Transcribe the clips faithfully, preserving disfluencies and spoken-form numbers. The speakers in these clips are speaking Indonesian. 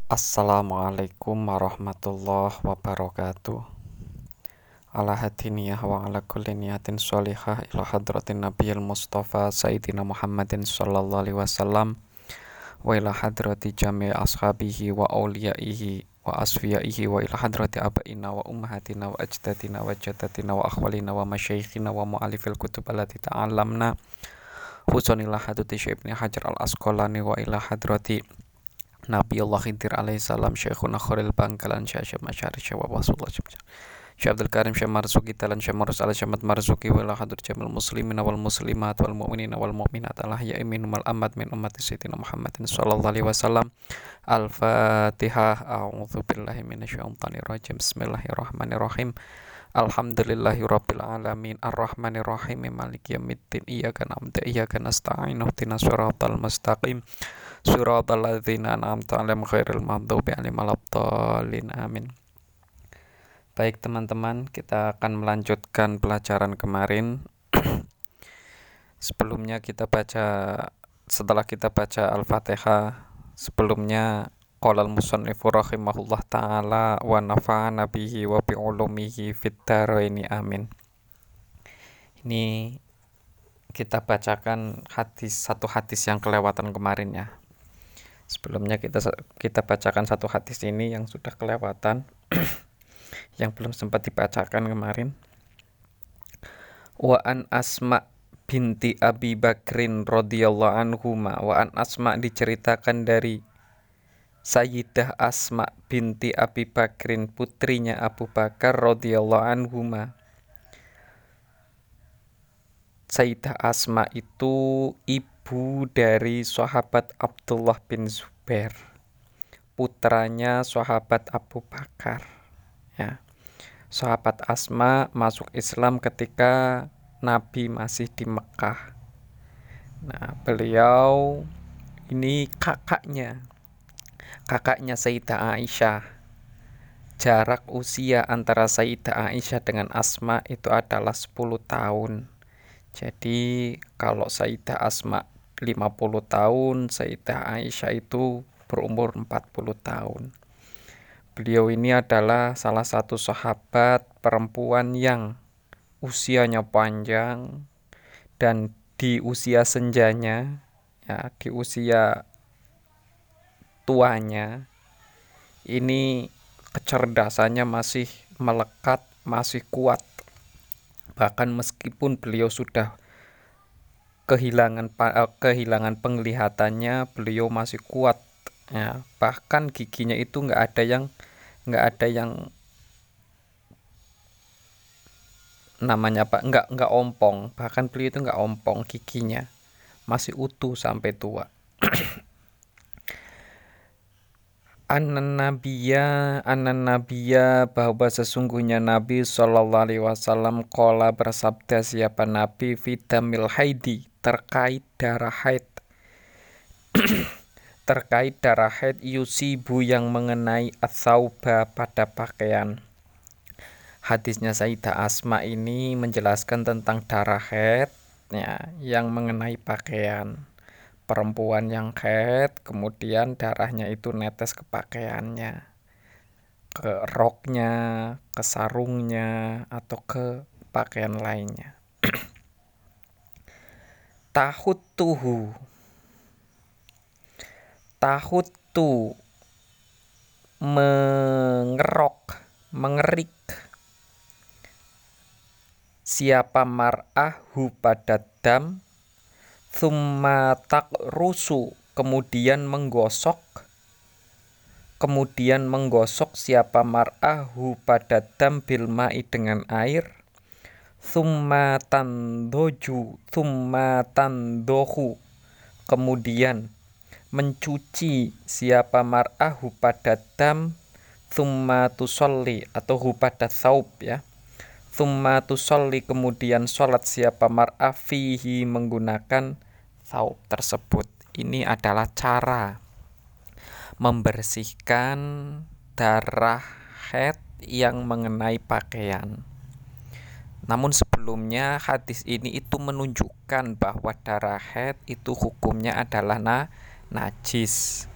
Assalamualaikum warahmatullahi wabarakatuh. Ala hadiniyah wa ala kulli niyatin sholihah ila hadratin nabiyil mustafa sayyidina Muhammadin sallallahu alaihi wasallam wa ila hadrati jami' ashabihi wa awliyaihi wa asfiyaihi wa ila hadrati abaina wa ummahatina wa ajdadina wa jaddatina wa akhwalina wa masyaikhina wa mu'alifil kutub allati ta'allamna husnillah haduti Ibnu Hajar al-Asqalani wa ila hadrati Nabi Allah Khidir alaihi salam Syekhuna Khalil Bangkalan Syekh Masyari Syekh Wasulullah Syekh Abdul Karim Syekh Marzuki Talan Syekh Marus ala Syekh Marzuki wa hadur jamil muslimin wal muslimat wal mu'minin wal mu'minat Allah ya imin mal amat min ummati sayyidina Muhammadin sallallahu alaihi wasallam. Al-Fatihah. A'udzu billahi minasyaitonir rajim. Bismillahirrahmanirrahim. Alhamdulillahi rabbil alamin arrahmanir rahim maliki yaumiddin iyyaka na'budu wa iyyaka nasta'in ihdinas siratal mustaqim siratal ladzina an'amta 'alaihim ghairil maghdubi 'alaihim waladdallin amin. Baik teman-teman, kita akan melanjutkan pelajaran kemarin. Sebelumnya kita baca setelah kita baca Al-Fatihah, sebelumnya qala al-musannifu rahimahullah ta'ala wa nafa'ana bihi wa bi ulumihi fid dharaini amin. Ini kita bacakan hadis satu hadis yang kelewatan kemarin ya. Sebelumnya kita kita bacakan satu hadis ini yang sudah kelewatan yang belum sempat dibacakan kemarin. Wa an Asma binti Abi Bakrin radhiyallahu anhuma. Wa an Asma diceritakan dari Sayyidah Asma binti Abi Bakrin, putrinya Abu Bakar radhiyallahu anhuma. Sayyidah Asma itu ibu dari sahabat Abdullah bin Zubair, putranya sahabat Abu Bakar. Ya. Sahabat Asma masuk Islam ketika Nabi masih di Mekah. Nah, beliau ini kakaknya, kakaknya Sayyidah Aisyah. Jarak usia antara Sayyidah Aisyah dengan Asma itu adalah sepuluh tahun. Jadi kalau Sayyidah Asma lima puluh tahun, Sayyidah Aisyah itu berumur empat puluh tahun. Beliau ini adalah salah satu sahabat perempuan yang usianya panjang dan di usia senjanya, ya, di usia tuanya ini kecerdasannya masih melekat, masih kuat. Bahkan meskipun beliau sudah kehilangan kehilangan penglihatannya, beliau masih kuat. Ya, bahkan giginya itu nggak ada yang nggak ada yang namanya apa nggak nggak ompong, bahkan beliau itu nggak ompong, giginya masih utuh sampai tua. Anan nabiya anan nabiya bahwa sesungguhnya Nabi Shallallahu alaihi wasallam qala bersabda, siapa Nabi, fitamil haidi, terkait darah haid. Terkait darah haid yusibu yang mengenai atsauba pada pakaian. Hadisnya Sayyidah Asma ini menjelaskan tentang darah haid ya, yang mengenai pakaian. Perempuan yang haid kemudian darahnya itu netes ke pakaiannya, ke roknya, ke sarungnya, atau ke pakaian lainnya. Tahut tuhu Tahut tu mengerok, mengerik siapa mar'ahu pada dam, thumma takrusu kemudian menggosok, kemudian menggosok siapa mar'ahu pada dam bilma'i dengan air, thumma tandoju, thumma tandohu kemudian mencuci siapa mar'ahu pada dam, thumma tusolli atau hu pada saub ya, thumma tusolli kemudian sholat siapa mar'ah fihi menggunakan saub tersebut. Ini adalah cara membersihkan darah haid yang mengenai pakaian. Namun sebelumnya hadis ini itu menunjukkan bahwa darah haid itu hukumnya adalah na najis.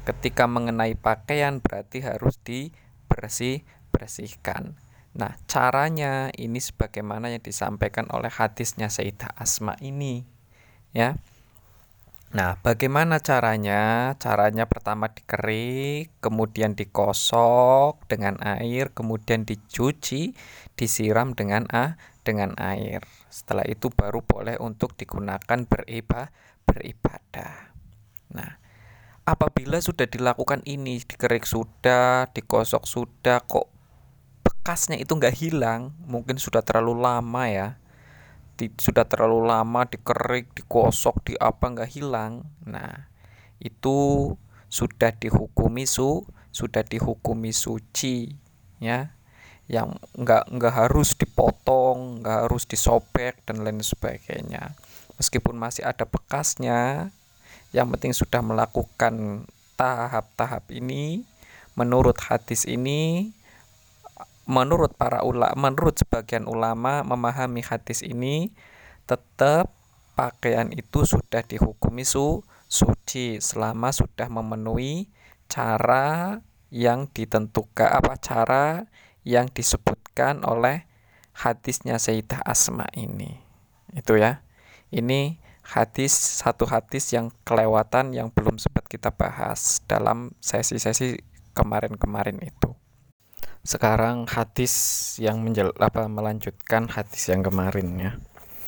ketika mengenai pakaian berarti harus dibersih-bersihkan. Nah, caranya ini sebagaimana yang disampaikan oleh hadisnya Sayyidah Asma ini, ya. Nah, bagaimana caranya? Caranya pertama dikerik, kemudian dikosok dengan air, kemudian dicuci, disiram dengan ah, dengan air. Setelah itu baru boleh untuk digunakan beribadah, beribadah. Nah, apabila sudah dilakukan ini, dikerik sudah, dikosok sudah, kok bekasnya itu nggak hilang, mungkin sudah terlalu lama ya. Di, sudah terlalu lama dikerik, digosok, di apa nggak hilang. Nah, itu sudah dihukumi su, sudah dihukumi suci, ya. Yang nggak nggak harus dipotong, nggak harus disobek dan lain sebagainya. Meskipun masih ada bekasnya, yang penting sudah melakukan tahap-tahap ini. Menurut hadis ini, menurut para ulama, menurut sebagian ulama memahami hadis ini, tetap pakaian itu sudah dihukumi su, suci selama sudah memenuhi cara yang ditentukan, apa cara yang disebutkan oleh hadisnya Sayyidah Asma ini. Itu ya. Ini hadis, satu hadis yang kelewatan yang belum sempat kita bahas dalam sesi-sesi kemarin-kemarin itu. Sekarang hadis yang menjel, apa, melanjutkan hadis yang kemarin ya.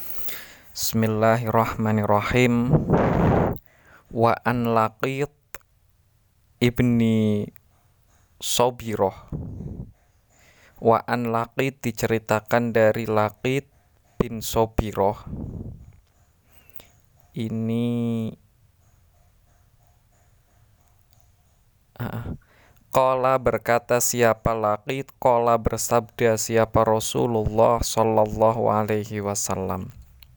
Bismillahirrahmanirrahim. Wa an Laqit ibni Sobiroh. Wa an Laqit diceritakan dari Laqit bin Sobiroh. Ini uh, Qala berkata siapa Laqit, qala bersabda siapa Rasulullah sallallahu alaihi wasallam.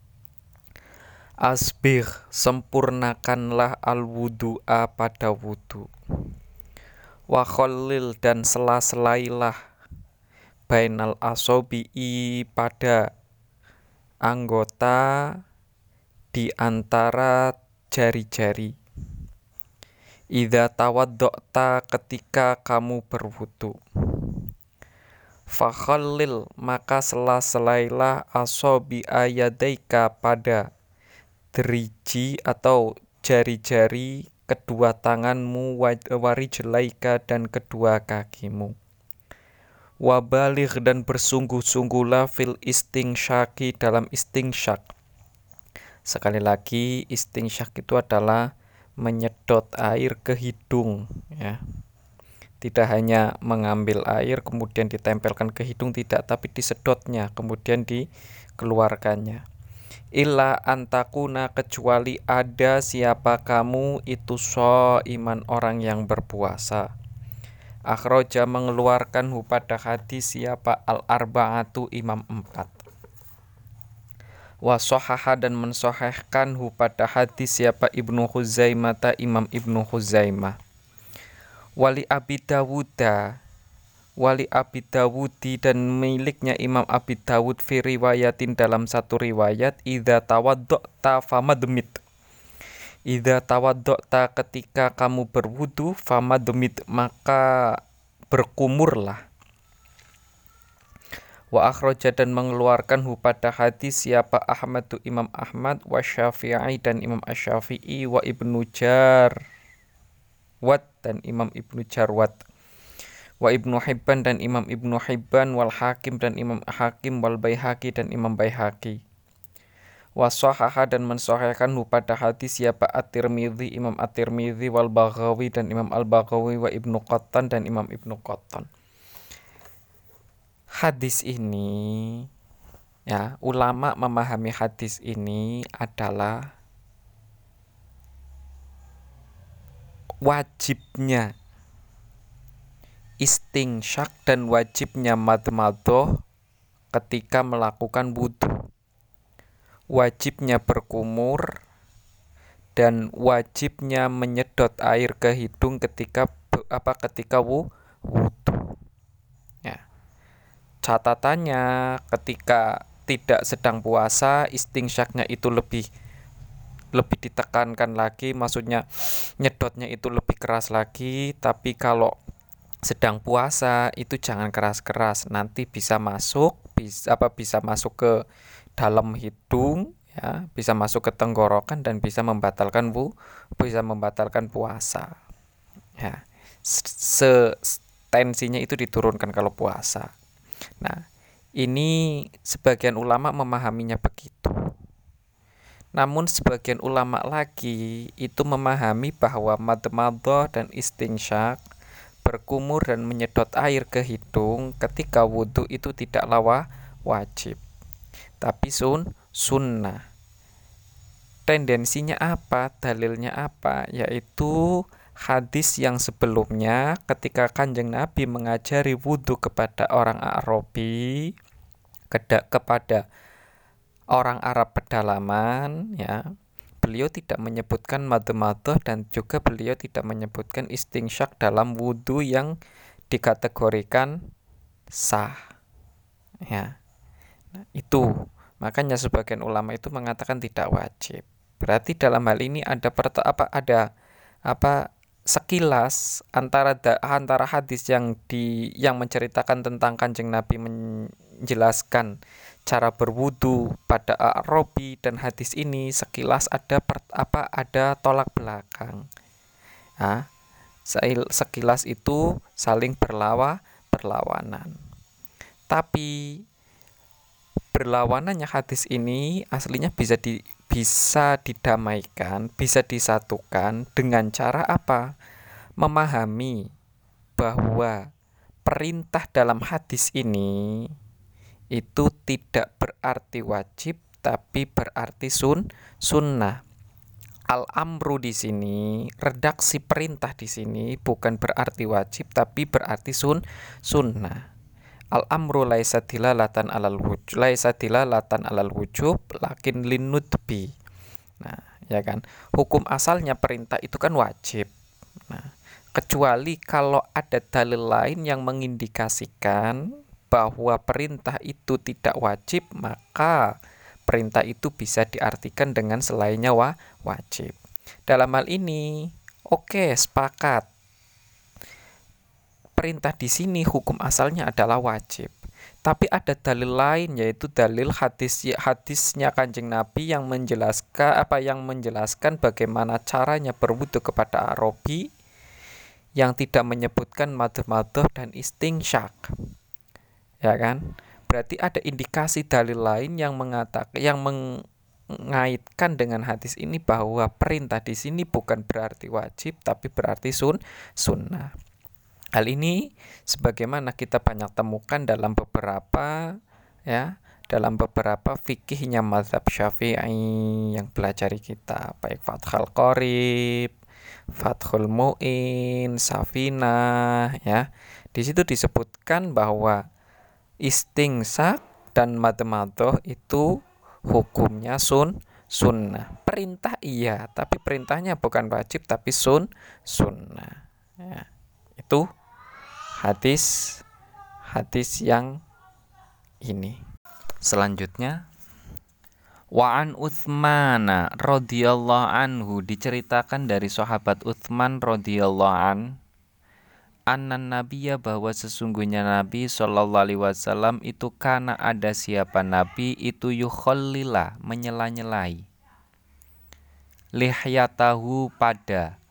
Asbih, sempurnakanlah al-wudu'a pada wudu. Wa khallil, dan sela-selailah bainal asobi'i pada anggota di antara jari-jari. Idza tawadda'ta, ketika kamu berwudu. Fakhallil, maka sela-selailah asobi ayadaika pada deriji atau jari-jari kedua tanganmu, warijlaika dan kedua kakimu. Wabaligh, dan bersungguh-sungguhlah fil istinsyaki, dalam istinsyak. Sekali lagi, istinsyak itu adalah menyedot air ke hidung, ya. Tidak hanya mengambil air kemudian ditempelkan ke hidung, tidak, tapi disedotnya kemudian dikeluarkannya. Illa antakuna, kecuali ada siapa kamu itu shaiman, orang yang berpuasa. Akhraja, mengeluarkan hu pada hadis siapa al-arba'atu, imam empat. Wa sohaha, dan mensohehkan hu pada hadis siapa Ibnu Khuzaimah, imam Ibnu Khuzaimah. Wali Abi Dawuda, Wali Abi Dawudi, dan miliknya Imam Abi Dawud fi riwayatin, dalam satu riwayat, idza tawadda'ta famadmit. Idza tawadda'ta, ketika kamu berwudu, famadmit, maka berkumurlah. Wa akhraja, dan mengeluarkan hu pada hadis siapa Ahmadu, Imam Ahmad, wa Syafi'i, dan Imam Asy-Syafi'i, wa Ibnu Jarwat, dan Imam Ibnu Jarwat, wa Ibnu Hibban, dan Imam Ibnu Hibban, wal Hakim, dan Imam Hakim, wal Baihaqi, dan Imam Baihaqi. Wa shahaha, dan mensahihkan hu pada hadis siapa At-Tirmidzi, Imam At-Tirmidzi, wal Baghawi, dan Imam Al-Baghawi, wa Ibnu Qattan, dan Imam Ibnu Qattan. Hadis ini, ya, ulama memahami hadis ini adalah wajibnya istinsyak dan wajibnya madmadoh ketika melakukan wudu, wajibnya berkumur, dan wajibnya menyedot air ke hidung ketika apa ketika wudu. Ya. Catatannya, ketika tidak sedang puasa, istinsyaknya itu lebih lebih ditekankan lagi, maksudnya nyedotnya itu lebih keras lagi. Tapi kalau sedang puasa itu jangan keras-keras, nanti bisa masuk bisa apa bisa masuk ke dalam hidung, ya, bisa masuk ke tenggorokan dan bisa membatalkan bu bisa membatalkan puasa. Ya, se tensinya itu diturunkan kalau puasa. Nah, ini sebagian ulama memahaminya begitu. Namun sebagian ulama lagi itu memahami bahwa madmadah dan istinsyak, berkumur dan menyedot air ke hidung ketika wudhu itu tidaklah wa- wajib, tapi sun sunnah. Tendensinya apa? Dalilnya apa? Yaitu hadis yang sebelumnya ketika Kanjeng Nabi mengajari wudhu kepada orang Arabi, keda- kepada orang Arab pedalaman, ya, beliau tidak menyebutkan madmadah dan juga beliau tidak menyebutkan istinsyak dalam wudhu yang dikategorikan sah, ya. Nah, itu makanya sebagian ulama itu mengatakan tidak wajib. Berarti dalam hal ini ada perta- apa ada apa sekilas antara da, antara hadis yang di yang menceritakan tentang Kanjeng Nabi menjelaskan cara berwudu pada Arabi, dan hadis ini sekilas ada per, apa ada tolak belakang. Nah, sekilas itu saling berlawa berlawanan. Tapi berlawanannya hadis ini aslinya bisa di bisa didamaikan, bisa disatukan dengan cara apa? Memahami bahwa perintah dalam hadis ini itu tidak berarti wajib, tapi berarti sun sunnah. Al-amru di sini, redaksi perintah di sini bukan berarti wajib, tapi berarti sun sunnah. Al-amru laisa dilalatan alal wujub, laisa dilalatan alal wujub, lakin linudbi. Nah, ya kan? Hukum asalnya perintah itu kan wajib. Nah, kecuali kalau ada dalil lain yang mengindikasikan bahwa perintah itu tidak wajib, maka perintah itu bisa diartikan dengan selainnya wa wajib. Dalam hal ini, oke, okay, sepakat. Perintah di sini hukum asalnya adalah wajib. Tapi ada dalil lain, yaitu dalil hadis hadisnya Kanjeng Nabi yang menjelaskan apa yang menjelaskan bagaimana caranya berwudu kepada Arabi yang tidak menyebutkan madmadah dan istinsyak. Ya kan? Berarti ada indikasi dalil lain yang mengatakan yang mengaitkan dengan hadis ini bahwa perintah di sini bukan berarti wajib, tapi berarti sun sunnah. Hal ini sebagaimana kita banyak temukan dalam beberapa ya, dalam beberapa fikihnya mazhab Syafi'i yang pelajari kita, baik Fathul Qorib, Fathul Mu'in, Safinah, ya. Di situ disebutkan bahwa istinsyak dan madmadah itu hukumnya sun sunnah. Perintah iya, tapi perintahnya bukan wajib, tapi sun sunnah. Ya. Itu hadis hadis yang ini. Selanjutnya, wa an Utsman radhiyallahu anhu, diceritakan dari sahabat Utsman radhiyallahu an, anna nabiyya, bahwa sesungguhnya Nabi sallallahu alaihi wasallam itu kana ada siapa Nabi itu yukhallila, menyela-nyelai, lihyatahu, pada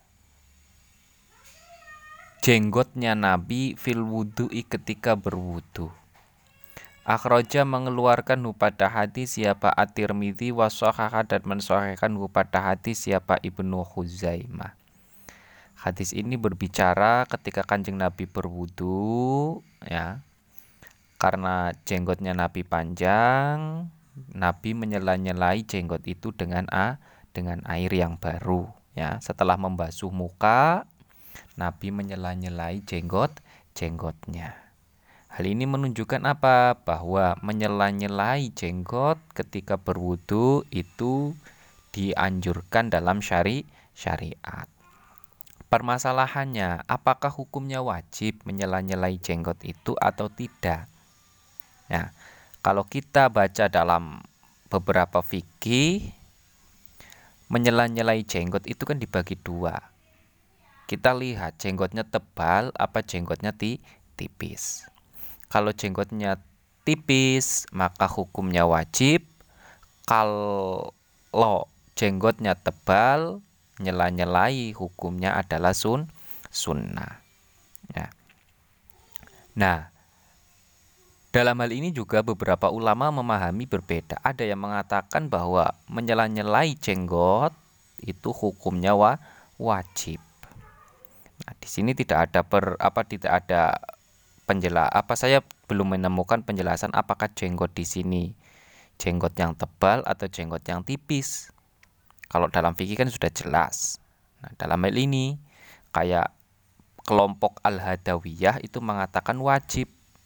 jenggotnya Nabi, fil wudu'i, ketika berwudu. Akhraja, mengeluarkan hu pada hadis siapa At-Tirmidzi, wa shahaha, dan mensahihkan hu pada hadis siapa Ibnu Khuzaimah. Hadis ini berbicara ketika Kanjeng Nabi berwudu, ya. Karena jenggotnya Nabi panjang, Nabi menyela-nyelai jenggot itu dengan a dengan air yang baru, ya. Setelah membasuh muka, Nabi menyela-nyelai jenggot jenggotnya. Hal ini menunjukkan apa? Bahwa menyela-nyelai jenggot ketika berwudu itu dianjurkan dalam syari syariat. Permasalahannya, apakah hukumnya wajib menyela-nyelai jenggot itu atau tidak? Ya, kalau kita baca dalam beberapa fikih, Menyela-nyelai jenggot itu kan dibagi dua. Kita lihat jenggotnya tebal apa jenggotnya ti tipis. Kalau jenggotnya tipis maka hukumnya wajib. Kalau jenggotnya tebal, nyela-nyelai hukumnya adalah sun sunnah. Ya. Nah, dalam hal ini juga beberapa ulama memahami berbeda. Ada yang mengatakan bahwa menyela-nyelai jenggot itu hukumnya wa, wajib. Nah, di sini tidak ada per apa tidak ada penjelasan. Apa saya belum menemukan penjelasan apakah jenggot di sini jenggot yang tebal atau jenggot yang tipis. Kalau dalam fikih kan sudah jelas. Nah, dalam hal ini kayak kelompok Al-Hadawiyah itu mengatakan wajib.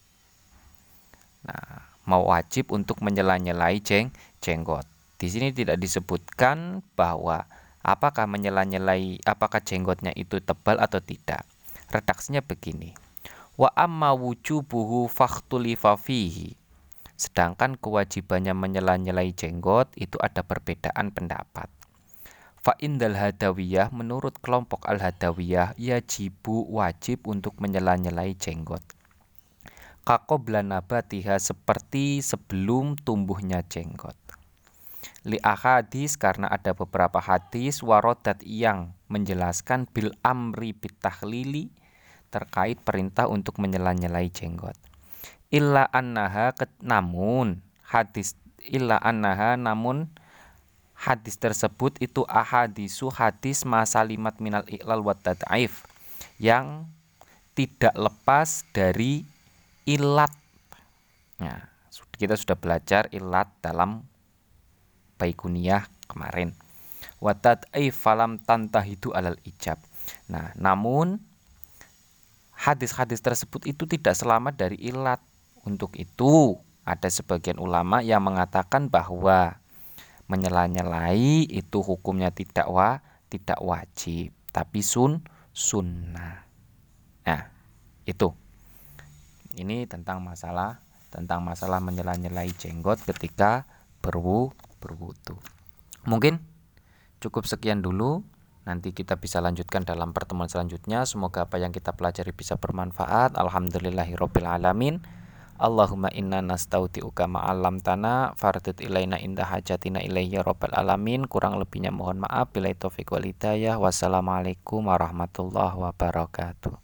Nah, mau wajib untuk menyela-nyelai jeng jenggot. Di sini tidak disebutkan bahwa apakah menyela-nyelai apakah jenggotnya itu tebal atau tidak. Redaksinya begini. Wa amma wujubuhu fakhtulifa fihi. Sedangkan kewajibannya menyela-nyelai jenggot itu ada perbedaan pendapat. Fa indal hadawiyah, menurut kelompok al-hadawiyah, yajibu wajib untuk menyela-nyelai jenggot. Kaqobla nabatiha, seperti sebelum tumbuhnya jenggot. Li ahadis, karena ada beberapa hadis warodat yang menjelaskan bil amri bitahlili, terkait perintah untuk menyela-nyelai jenggot. Illa annaha, namun hadis illa annaha namun hadis tersebut itu ahadisu hadis masalimat minal iqlal wa tad'if, yang tidak lepas dari ilat. Nah, kita sudah belajar ilat dalam Baikuniyah kemarin. Wa tad'if falam tantahidu alal ijab. Nah, namun hadis-hadis tersebut itu tidak selamat dari ilat. Untuk itu ada sebagian ulama yang mengatakan bahwa menyela-nyelai itu hukumnya tidak wa tidak wajib, tapi sun sunnah. Nah, itu. Ini tentang masalah tentang masalah menyela-nyelai jenggot ketika berwu berwudu. Mungkin cukup sekian dulu. Nanti kita bisa lanjutkan dalam pertemuan selanjutnya. Semoga apa yang kita pelajari bisa bermanfaat. Alhamdulillahirabbil alamin. Allahumma inna nastaudi'uka ma'allamtana fardid ilaina inda hajatina ilaihi rabbal alamin. Kurang lebihnya mohon maaf. Billahi taufiq wal hidayah. Wassalamualaikum warahmatullahi wabarakatuh.